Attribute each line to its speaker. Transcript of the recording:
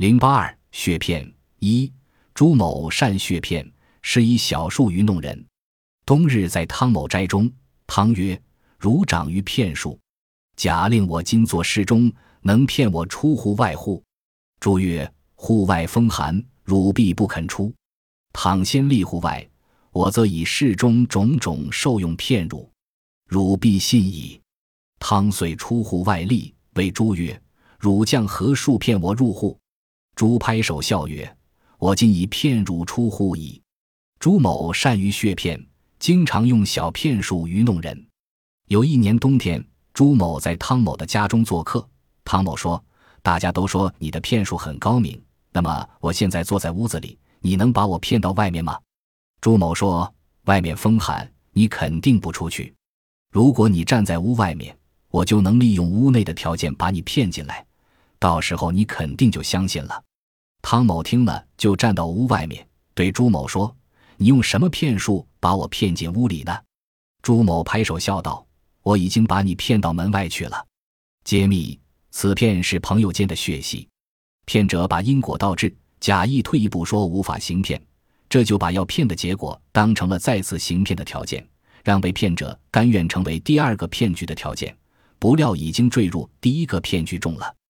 Speaker 1: 082血骗。一、朱某善血骗，是以小术愚弄人。冬日在汤某斋中，汤曰：汝长于骗术，假令我今作事中，能骗我出户外户。朱曰：户外风寒，汝必不肯出。倘先立户外，我则以事中种种受用骗汝，汝必信矣。汤遂出户外立，谓朱曰：汝将何术骗我入户？朱拍手笑曰：我今已骗汝出户矣。朱某善于血骗，经常用小骗术愚弄人。有一年冬天，朱某在汤某的家中做客，汤某说：大家都说你的骗术很高明，那么我现在坐在屋子里，你能把我骗到外面吗？朱某说：外面风寒，你肯定不出去。如果你站在屋外面，我就能利用屋内的条件把你骗进来，到时候你肯定就相信了。汤某听了，就站到屋外面，对朱某说：你用什么骗术把我骗进屋里呢？朱某拍手笑道：我已经把你骗到门外去了。揭秘：此骗是朋友间的血戏，骗者把因果倒置，假意退一步说无法行骗，这就把要骗的结果当成了再次行骗的条件，让被骗者甘愿成为第二个骗局的条件，不料已经坠入第一个骗局中了。